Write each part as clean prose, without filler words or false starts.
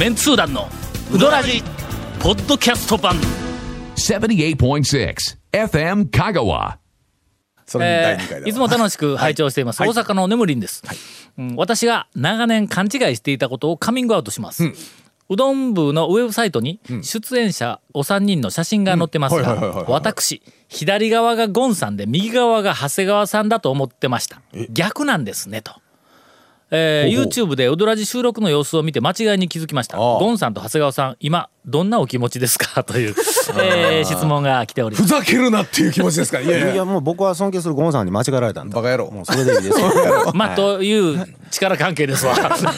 メンツー団のウドラジポッドキャスト版 78.6 FM 香川。 それに第2回だ、 いつも楽しく拝聴しています、 はい大阪のねむりんです、私が長年勘違いしていたことをカミングアウトします、うどん部のウェブサイトに出演者お三人の写真が載ってますが、私左側がゴンさんで右側が長谷川さんだと思ってました。逆なんですねと。YouTube でウドラジ収録の様子を見て間違いに気づきました。ゴンさんと長谷川さん今どんなお気持ちですかという、質問が来ております。 ふざけるなっていう気持ちですから。いやいやいやもう僕は尊敬するゴンさんに間違えられたんだ。 バカ野郎。 もうそれでいいですよ。 まあという力関係ですわ。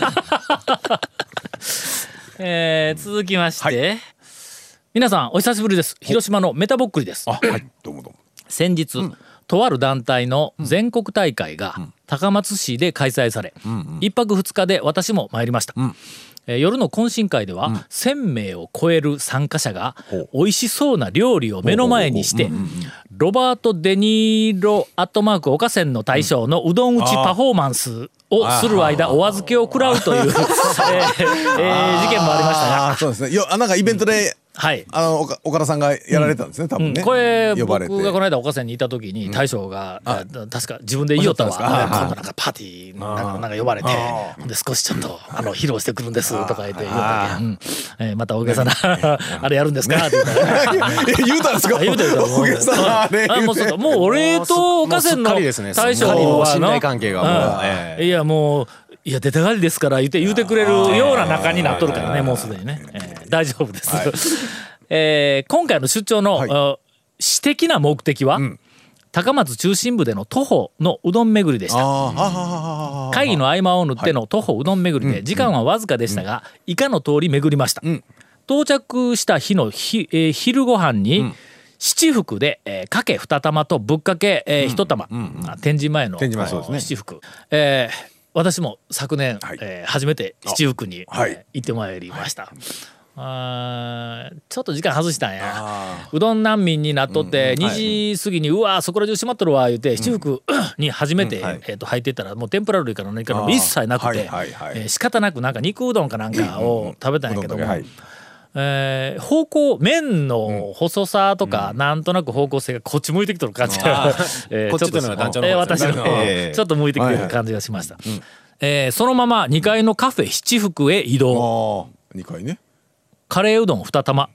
続きまして、皆さんお久しぶりです。広島のメタボックリです。 はい、どうもどうも。 先日、とある団体の全国大会が高松市で開催され、一泊二日で私も参りました。夜の懇親会では1,000名を超える参加者が美味しそうな料理を目の前にしてロバート・デ・ニーロ@岡線の大将のうどん打ちパフォーマンスをする間お預けを食らうという、事件もありましたが、 そうですね。なんかイベントで、 はい、 岡田さんがやられたんですね、多分ね。 これ呼ばれて僕がこの間岡線にいた時に大将が、確か自分で言いよったわ、今度なんかパーティーなんか呼ばれて、で少しちょっと披露してくるんですとか言って言おったけん、また大げさなあれやるんですかって言ったら言うたんですか。 言うたよ大げさなあれ。 もう俺と岡線の大将は信頼関係がもう、 いやもういや出たがりですから言うてくれるような仲になっとるからね、もうすでにね、大丈夫です、今回の出張の、私的な目的は、高松中心部での徒歩のうどん巡りでした。会議の合間を縫っての徒歩うどん巡りで時間はわずかでしたが、以下の通り巡りました。到着した日の昼ご飯に、七福で、かけ2玉とぶっかけ、1玉、天神前の七福、私も昨年、初めて七福に、行ってまいりました。ちょっと時間外したんや。うどん難民になっとって、2時過ぎにうわそこら中閉まっとるわ言うて七福に初めて、入っていったらもう天ぷら類から何からも一切なくて、仕方なくなんか肉うどんかなんかを食べたんやけども、方向麺の細さとか、なんとなく方向性がこっち向いてきとる感じが、 こっちというのは団長の方私の、ちょっと向いてきてる感じがしました。そのまま2階のカフェ七福へ移動。 2階ね。 カレーうどん2玉。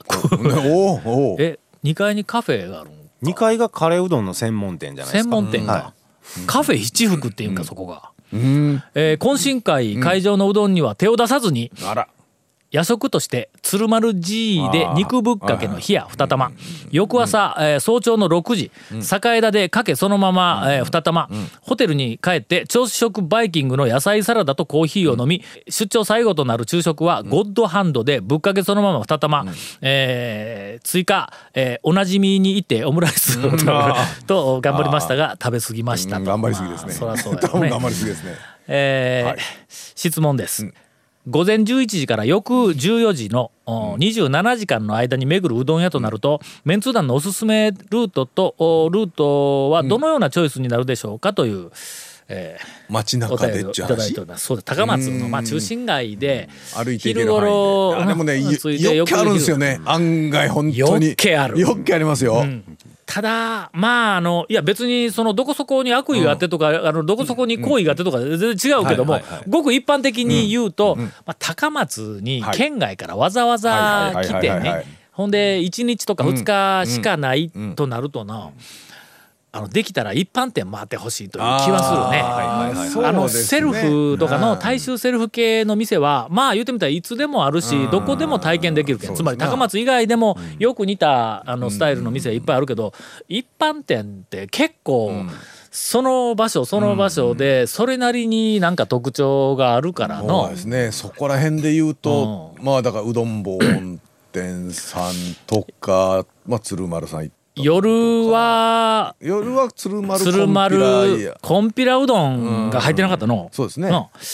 2 2階にカフェがある。 2階がカレーうどんの専門店じゃないですか。 専門店か、カフェ七福っていうんか、そこが。懇親会会場のうどんには手を出さずに、夜食として鶴丸 G で肉ぶっかけの冷や2玉、翌朝、早朝の6時、栄田でかけそのまま、2玉、ホテルに帰って朝食バイキングの野菜サラダとコーヒーを飲み、出張最後となる昼食はゴッドハンドでぶっかけそのまま2玉、追加、おなじみに行ってオムライスをと頑張りましたが食べ過ぎましたと。 頑張りすぎですね。 そりゃそうや多分ろね。 頑張りすぎですね。 質問です。午前11時から翌14時の27時間の間に巡るうどん屋となると、メンツー団のおすすめルートはどのようなチョイスになるでしょうかという、 街中でっちゅう話。 お便りをいただいております。そうです。高松の中心街で歩いていけ昼る範囲で。 頃でもね、よっけあるんですよね。案外本当に。 よっけある。 よっけありますよ。 ただいや別にそのどこそこに悪意があってとか、どこそこに好意があってとか全然違うけども、ごく一般的に言うと、高松に県外からわざわざ来てね、ほんで1日とか2日しかないとなるとな、できたら一般店回ってほしいという気はするね。セルフとかの大衆セルフ系の店は言ってみたらいつでもあるし、どこでも体験できるけん、つまり高松以外でもよく似たスタイルの店いっぱいあるけど、一般店って結構その場所その場所でそれなりになんか特徴があるからの。 そうですね。そこら辺で言うと、だからうどん坊店さんとか、鶴丸さん夜は鶴丸コンピラうどんが入ってなかったの。 そうですね。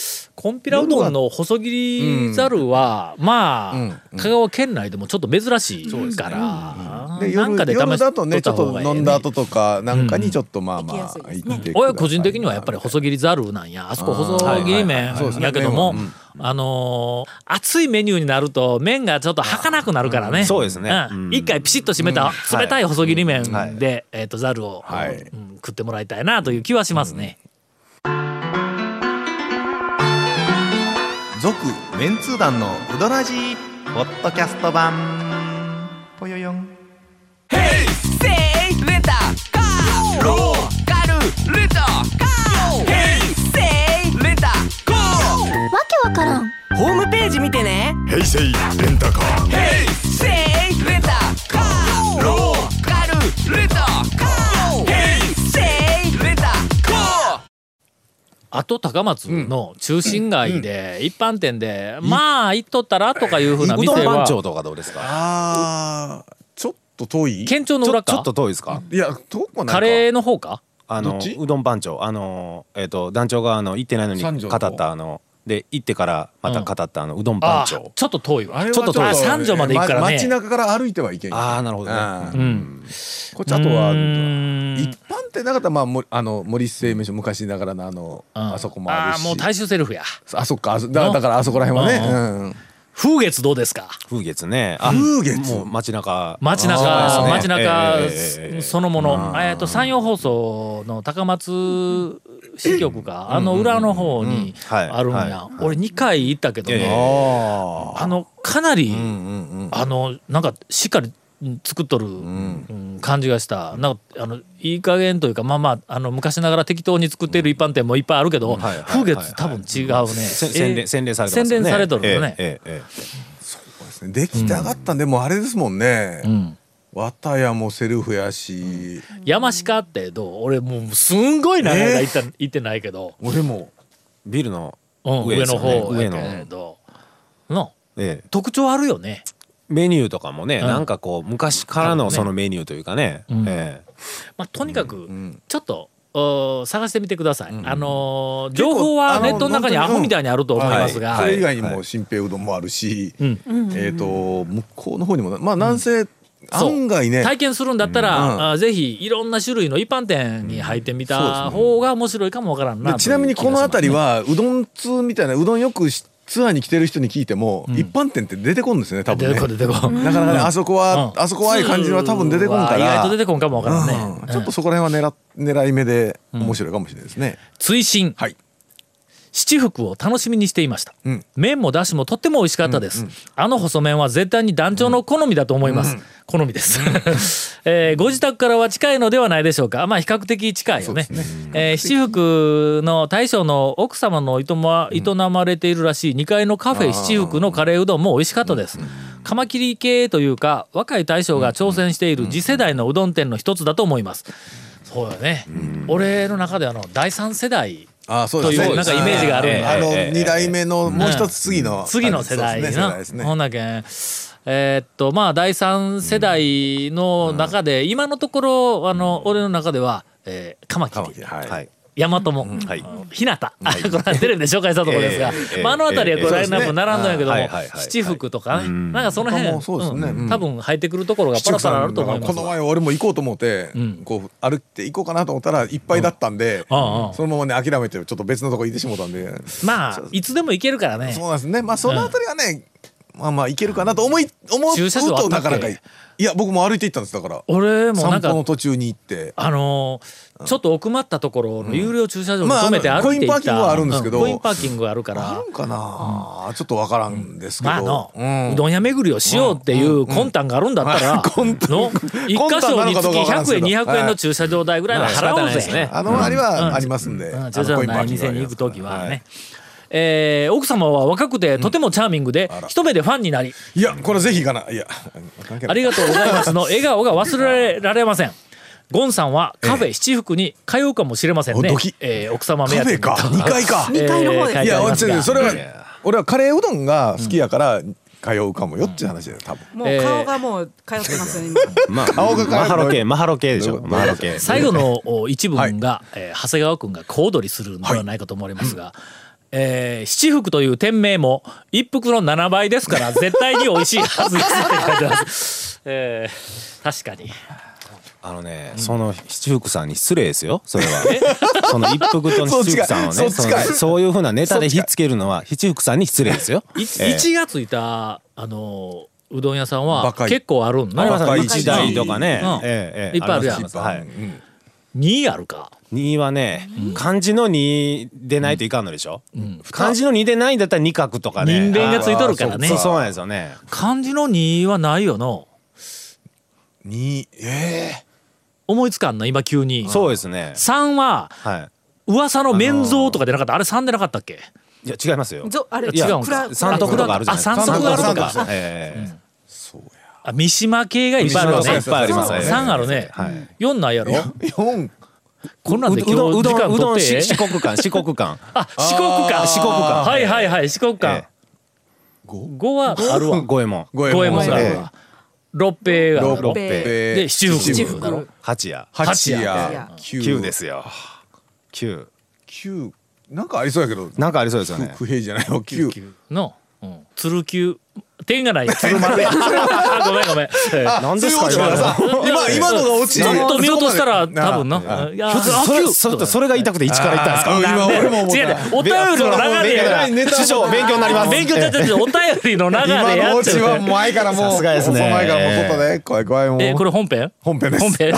こんぴらうどんの細切りざるは、まあ、香川県内でもちょっと珍しいから、 でなんかで試夜だとねしとちょっとった方がいいね。 飲んだ後とかなんかにちょっとまあまあ行ってください。 俺は個人的にはやっぱり細切りざるなんや。あそこ細切り麺やけども、熱いメニューになると麺がちょっと儚くなるからね。 そうですね。 一回ピシッと締めた冷たい細切り麺でざるをはい食ってもらいたいなという気はしますね。 続メンツー団のウドラジーポッドキャスト版ぽよよん。 わからん。 ホームページ見てね。 平成レンタカーヘイセイレンタカーローカルレンタカーヘイセイレンタカー。 あと高松の中心街で一般店でまあ行っとったらとかいうふうなうどん店は番長とかどうですか？ ちょっと遠い。 県庁の裏かちょっと遠いですか？ いや遠くはないか。 カレーの方か。 どっちうどん番長団長が行ってないのに三条語ったで行ってからまた語ったうどん番長。 ちょっと遠いわ。 あれはちょっと遠い。三条まで行くからね。 街中から歩いてはいけん。 ああなるほどね。 こっちあとはん一般店なかったらまあ森製麺所昔ながらのあそこもあるし。 もう大衆セルフや。 あそっかだからあそこら辺はね。 風月どうですか？ 風月ね。 風月もう街中街中そのもの。山陽放送の高松支局が裏の方にあるんや。俺2回行ったけどね、かなりなんかしっかり作っとる感じがした。なんかいい加減というか昔ながら適当に作っている一般店もいっぱいあるけど、風月多分違うね。 洗練されてますね。 洗練されとるよね。 そうですね。出来たがったんでもうあれですもんね。綿屋もセルフやし。 山鹿ってどう？俺もうすんごい長い間行ってないけど。 俺もビルの上の方やけど特徴あるよね。 メニューとかもね、なんかこう昔からのそのメニューというかね。 とにかくちょっと探してみてください。情報はネットの中にアホみたいにあると思いますが、 それ以外にも新平うどんもあるし、向こうの方にもなんせ案外ね体験するんだったらぜひいろんな種類の一般店に入ってみた方が面白いかもわからんな。 ちなみにこの辺りはうどん通みたいなうどんよくツアーに来てる人に聞いても一般店って出てこんですね多分ね。 出てこん。 なかなかねあそこはああいう感じは多分出てこんから意外と出てこんかもわからんね。 ちょっとそこら辺は狙い目で面白いかもしれないですね。 追伸。七福を楽しみにしていました。麺もだしもとっても美味しかったです。細麺は絶対に団長の好みだと思います。好みです。ご自宅からは近いのではないでしょうか。まあ比較的近いよね。七福の大将の奥様の営まれているらしい2階のカフェ七福のカレーうどんも美味しかったです。カマキリ系というか若い大将が挑戦している次世代のうどん店の一つだと思います。そうだね。俺の中で第3世代というなんかイメージがあるんだ。 2代目のもう一つ次の世代な。ほんだけんまあ第3世代の中で今のところ俺の中ではカマキリ、大和も日向、これテレビで紹介したところですが、あの辺りはこうラインナップ並んだんやけども七福とかね、なんかその辺多分入ってくるところがパラパラあると思います。 この前俺も行こうと思ってこう歩いて行こうかなと思ったらいっぱいだったんでそのままね諦めてちょっと別のとこ行ってしもたんで、 まあいつでも行けるからね。 そうなんですね。まあその辺りはねまあ行けるかなと思うとなかなかいや僕も歩いて行ったんです。だから俺もなんか散歩の途中に行ってちょっと奥まったところの有料駐車場に止めて歩いていった。 コインパーキングはあるんですけどコインパーキングがあるからあるんかなちょっとわからんですけどうどん屋巡りをしようっていう魂胆があるんだったらの一箇所につき100円200円の駐車場代ぐらいは払おうぜ。 あれはありますんで駐車場ない店に行く時はね。奥様は若くてとてもチャーミングで一目でファンになり、 いやこれぜひかないやありがとうございますの笑顔が忘れられません。ゴンさんはカフェ七福に通うかもしれませんね。奥様目当てにカフェか2階か 2階の方です。 いやそれは俺はカレーうどんが好きやから通うかもよっていう話だよ多分。 もう顔がもう通ってますよ今。 顔がマハロ系でしょ。マハロ系最後の一文が長谷川君が小躍りするのではないかと思われますが、 七福という店名も一服の7倍ですから絶対に美味しいはずですって書いてます。確かに。 その七福さんに失礼ですよそれは。その一服と七福さんをねそういうふうなネタでひっつけるのは七福さんに失礼ですよ。 1がついたうどん屋さんは結構あるんな。 一台とかね、 いっぱいあるやん。2あるか。 2はね、漢字の2でないといかんのでしょ。漢字の2でないんだったら2画とかね。 人弁がついとるからね。 そうなんですよね。 漢字の2はないよの。 2 思いつかんの今急に。 そうですね。 3は噂の面像とかでなかった。あれ3でなかったっけ。 いや違いますよ。 あれ違うんか。 三徳とかあるじゃないですか。 三徳があるとか。そうや。三島系がいっぱいあるよね。 いっぱいありますね。 3あるね。4ないやろ。 4 こんなんで今日時間取って四国間。あ、四国間。 はいはいはい四国間。5はあるわ。 五右衛門。 五右衛門があるわ。六平がある。 六平で七福だろ。 八夜。9ですよ。9 なんかありそうやけど。 なんかありそうですよね。 不平じゃないよ9 の鶴九点がない鶴丸や。ごめんごめん。 何ですか今のが落ちちょっと見落としたら多分な。 それが言いたくて1から言ったんですか。 今俺も思った。 違うお便りの流れや。 師匠勉強になります。 勉強ちゃってお便りの流れや。 今の落ちは前からもうさすがですね。 前からもう取ったね。怖いもう。 これ本編です。 本編。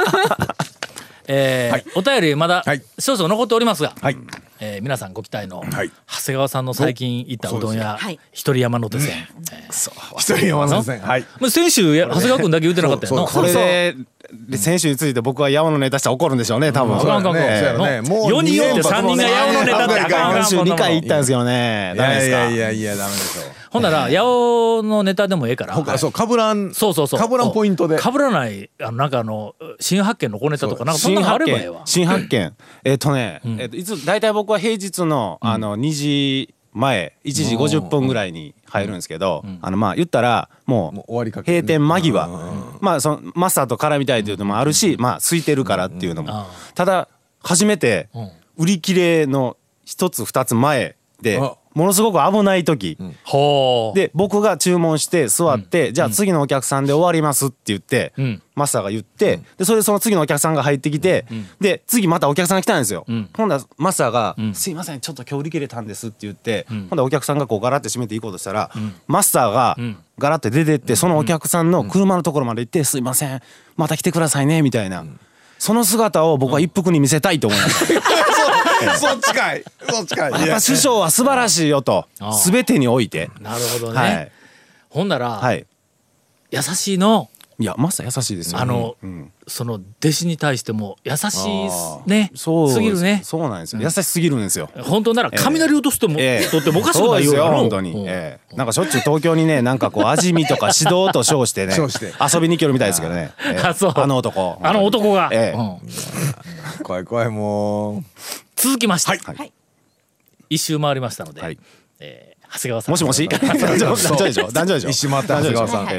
お便りまだ少々残っておりますが、皆さんご期待の長谷川さんの最近行ったうどん屋一人山手線。 一人山手線。 先週長谷川君だけ言ってなかったよな。 これで選手について僕は山のネタしたら怒るんでしょうね多分。 4人おって3人が山のネタってあかん。 今週2回行ったんですけどね。ダメですか。 いやダメでしょ。 ほんなら八尾のネタでもええからそうかぶらんポイントでかぶらないなんか新発見の小ネタとかなんかそんなのあればええわ。 新発見いつ大体僕は平日の2時前1時50分ぐらいに入るんですけどまあ言ったらもう閉店間際まあそのマスターと絡みたいというのもあるしまあ空いてるからっていうのもただ初めて売り切れの1つ2つ前でものすごく危ない時で僕が注文して座ってじゃあ次のお客さんで終わりますって言ってマスターが言ってでそれでその次のお客さんが入ってきてで次またお客さんが来たんですよ。ほんだらマスターが「すいませんちょっと今日売り切れたんです」って言ってほんだらお客さんがこうガラッて閉めていこうとしたらマスターがガラッて出てってそのお客さんの車のところまで行って「すいませんまた来てくださいね」みたいなその姿を僕は一服に見せたいと思いました。 そっちかい。 やっぱ師匠は素晴らしいよと全てにおいて。 なるほどね。ほんなら優しいの。 いやマスター優しいですよ。 その弟子に対しても優しいね。すぎるね。 そうなんですよ。優しすぎるんですよ。 本当なら雷落としてもとってもおかしくないよ。 本当に。なんかしょっちゅう東京にねなんかこう味見とか指導と称してね遊びに来るみたいですけどね。あの男が。 怖いもう。 続きまして一周回りましたので長谷川さんもしもし男女でしょ一周回って長谷川さん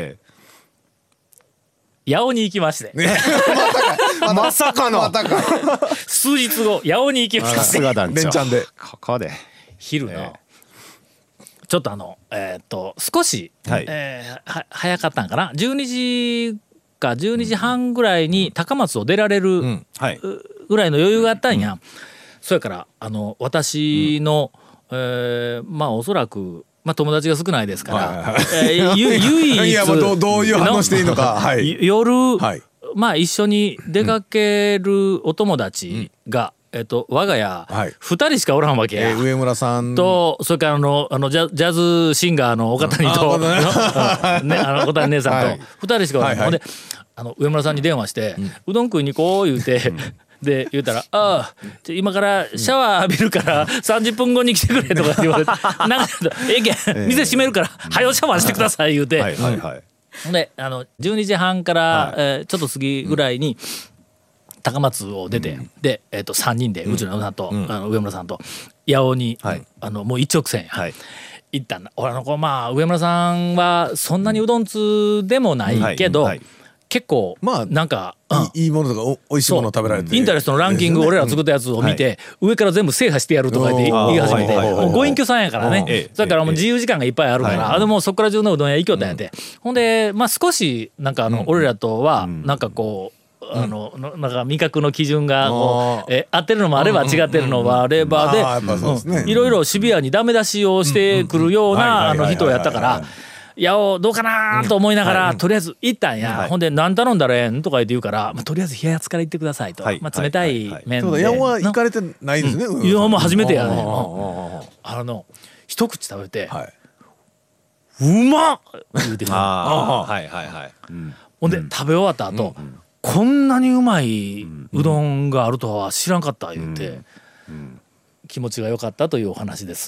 八尾に行きましてまさかの数日後八尾に行きまして連チャンでここで昼のちょっと少し早かったんかな12時か12時半ぐらいに高松を出られるぐらいの余裕があったんや。それから私のまあおそらく友達が少ないですから唯一どういう反応していいのか夜まあ一緒に出かけるお友達が我が家2人しかおらんわけや。 上村さんとそれからジャズシンガーの岡谷と岡谷姉さんと2人しかおらん。ほんで上村さんに電話してうどん食いに行こう言うてで言うたら「ああ今からシャワー浴びるから30分後に来てくれ」とか言われて「なんかええけん店閉めるから早うシャワーしてください」言うてで12時半からちょっと過ぎぐらいに高松を出てで3人でうちのさんと上村さんと八尾にもう一直線行ったんだ。俺まあ上村さんはそんなにうどん通でもないけど結構なんかいいものとかおいしいものを食べられて、 インタレストのランキング俺ら作ったやつを見て、上から全部制覇してやるとか言い始めて、もうご隠居さんやからね、それからもう自由時間がいっぱいあるから、でもそこら中のうどん屋行きよったんやて、ほんでまあ少しなんか俺らとはなんかこうなんか味覚の基準がこう合ってるのもあれば違ってるのもあればで、いろいろシビアにダメ出しをしてくるような人やったから。いやどうかなと思いながらとりあえず行ったんや、ほんで何頼んだらええんとか言って言うから、とりあえず冷ややつから行ってくださいと、冷たい麺で。 ヤオは行かれてないですね。 いやもう初めてやね。一口食べてうまっ言うてほんで食べ終わった後こんなにうまいうどんがあるとは知らんかった言うて気持ちが良かったというお話です。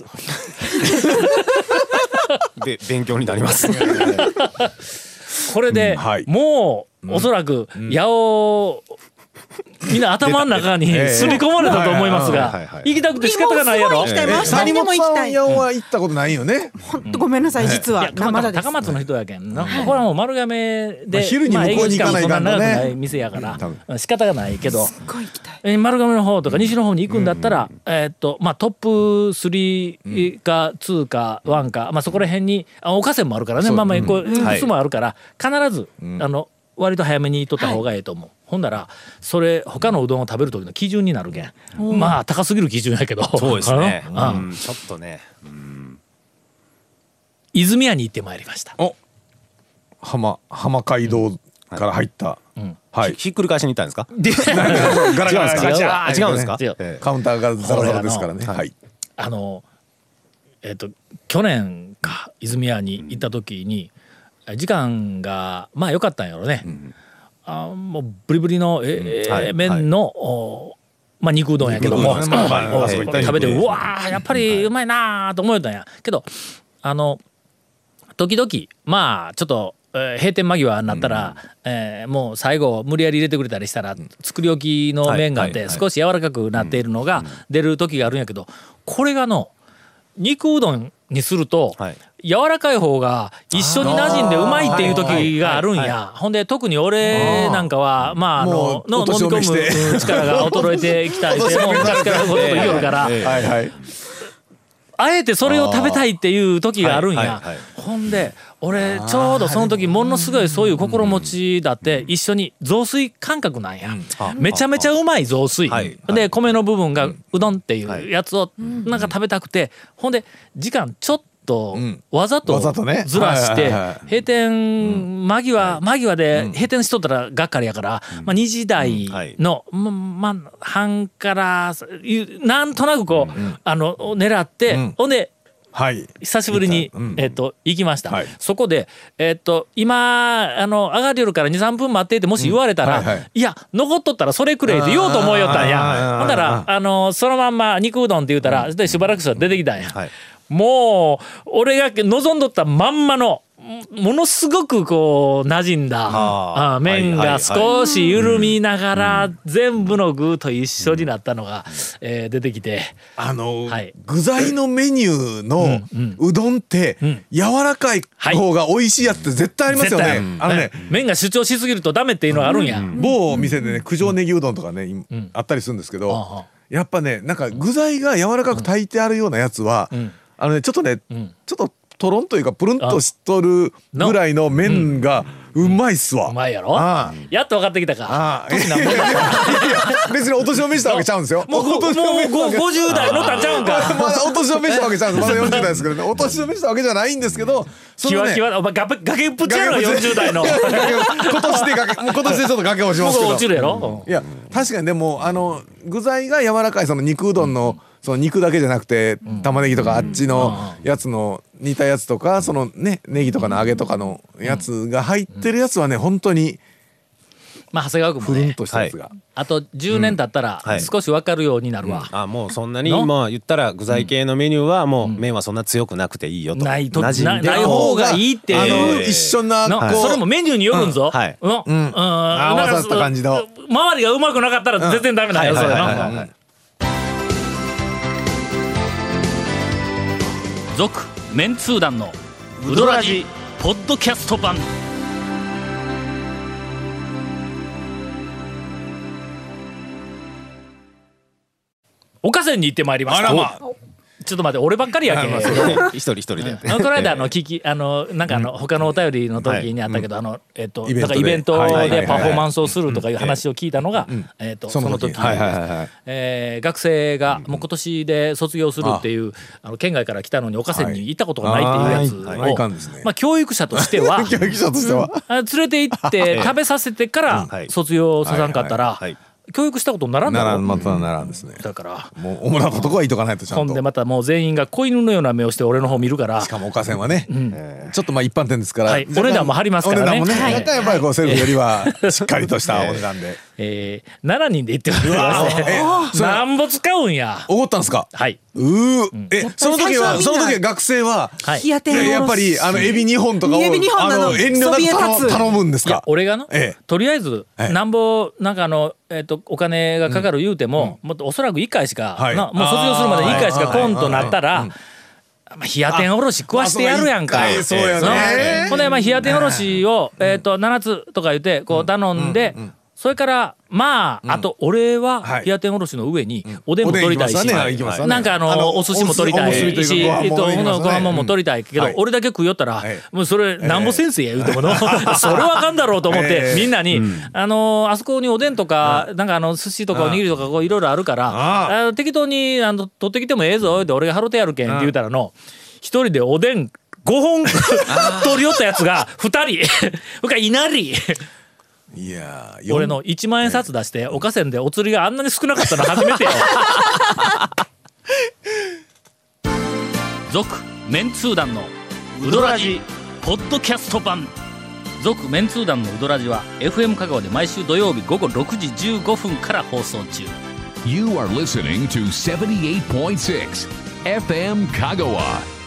で勉強になりますこれでもうおそらく八尾みんな頭の中にすり込まれたと思いますが、行きたくて仕方がないやろ。 谷本さん八尾は行ったことないよね。 本当ごめんなさい実は高松の人やけんな。これはもう丸亀で昼に向こうに行かないかんとね。 店やから仕方がないけど、 すごい行きたい。 丸亀の方とか西の方に行くんだったらトップ3か2か1かそこら辺にお河川もあるからね、こう複数もあるから必ず割と早めに行っとった方がええと思う。ほんならそれ他のうどんを食べる時の基準になるけん、高すぎる基準やけど、 そうですね、ちょっとね、 泉屋に行ってまいりました。 浜街道から入った、 ひっくり返しに行ったんですか？ ガラガラ違うんですか？ カウンターがザラザラですからね。 去年か泉屋に行った時に時間が良かったんやろね。もうブリブリの麺の肉うどんやけども食べてうわーやっぱりうまいなと思えたんやけど、時々ちょっと閉店間際になったらもう最後無理やり入れてくれたりしたら作り置きの麺があって少し柔らかくなっているのが出る時があるんやけど、これが肉うどんにすると柔らかい方が一緒に馴染んでうまいっていう時があるんや。ほんで特に俺なんかは飲み込む力が衰えてきたりしてもう昔からこと言いよるからあえてそれを食べたいっていう時があるんや。ほんで俺ちょうどその時ものすごいそういう心持ちだって一緒に雑炊感覚なんや。めちゃめちゃうまい雑炊で米の部分がうどんっていうやつをなんか食べたくて、ほんで時間ちょっとわざとずらして閉店間際で閉店しとったらがっかりやから2時台の半からなんとなくこう狙ってほんで久しぶりに行きました。そこで今上がりよるから 2,3 分待ってってもし言われたらいや残っとったらそれくれって言おうと思いよったんや。ほんならそのまんま肉うどんって言うたらでしばらくしたら出てきたんや。もう俺が望んどったまんまのものすごくこう馴染んだ麺が少し緩みながら全部の具と一緒になったのが出てきて、 具材のメニューのうどんって柔らかい方が美味しいやつって絶対ありますよね。 麺が主張しすぎるとダメっていうのがあるんや。 某店でね九条ネギうどんとかねあったりするんですけど、やっぱねなんか具材が柔らかく炊いてあるようなやつはちょっとトロンというかプルンとしとるぐらいの麺がうまいっすわ。 うまいやろ。やっと分かってきたか。 別にお年を召したわけちゃうんですよ。 もう50代のったんちゃうんか。 まだお年を召したわけちゃうんです。まだ40代ですけどね。お年を召したわけじゃないんですけど、 キワキワお前崖っぷちやろ40代の。 今年でちょっと崖落ちますけど。 落ちるやろ。 いや確かにでも具材が柔らかいその肉うどんのその肉だけじゃなくて玉ねぎとかあっちのやつの煮たやつとかそのねネギとかの揚げとかのやつが入ってるやつはね本当に長谷川君もふるんとしたやつがあと10年経ったら少し分かるようになるわ。 もうそんなに言ったら具材系のメニューはもう麺はそんな強くなくていいよとない方がいいっていう一緒なそれもメニューによるんぞ。 合わさった感じの周りがうまくなかったら全然ダメだよそれな。続メンツー団のウドラジポッドキャスト版岡線に行ってまいりました。ちょっと待って、俺ばっかりやけん。 一人で。 この間なんか他のお便りの時にあったけど、なんかイベントでパフォーマンスをするとかいう話を聞いたのがその時、学生がもう今年で卒業するっていう県外から来たのに岡線に行ったことがないっていうやつを、まあ教育者としては連れて行って食べさせてから卒業ささんかったら。教育したことにならんだろ。 またならんですね。 だからもう主なとこは言いとかないとちゃんと。 ほんでまたもう全員が子犬のような目をして俺の方見るから。 しかも岡線はね、ちょっとまあ一般店ですから、 お値段も張りますからね。 お値段もね、やっぱりこうセルフよりはしっかりとしたお値段で。 7人で行ってまいりまして。なんぼ使うんや。 おごったんですか。 はい。 その時は学生はやっぱりエビ2本とかを遠慮なく頼むんですか。 俺がとりあえずなんぼなんかお金がかかる言うてももっとおそらく1回しかもう卒業するまで1回しかコンとなったら冷や天おろし食わしてやるやんか。 そうやね。 ほんで冷や天おろしを7つとか言ってこう頼んで、それからまああと俺は冷や天おろしの上におでんも取りたいし、なんかお寿司も取りたいし、ご飯も取りたいけど、俺だけ食いよったらもうそれなんぼ先生や言うてものそれはあかんだろうと思ってみんなにあそこにおでんとかなんか寿司とかおにぎりとかいろいろあるから適当に取ってきてもええぞって俺が払ってやるけんって言うたらの一人でおでん5本取りよったやつが2人それからいなり。 いや俺の1万円札出して岡線でお釣りがあんなに少なかったの初めてよ。続メンツー団のウドラジポッドキャスト版。続メンツー団のウドラジは FM 香川で毎週土曜日午後6時15分から放送中。 You are listening to 78.6 FM 香川。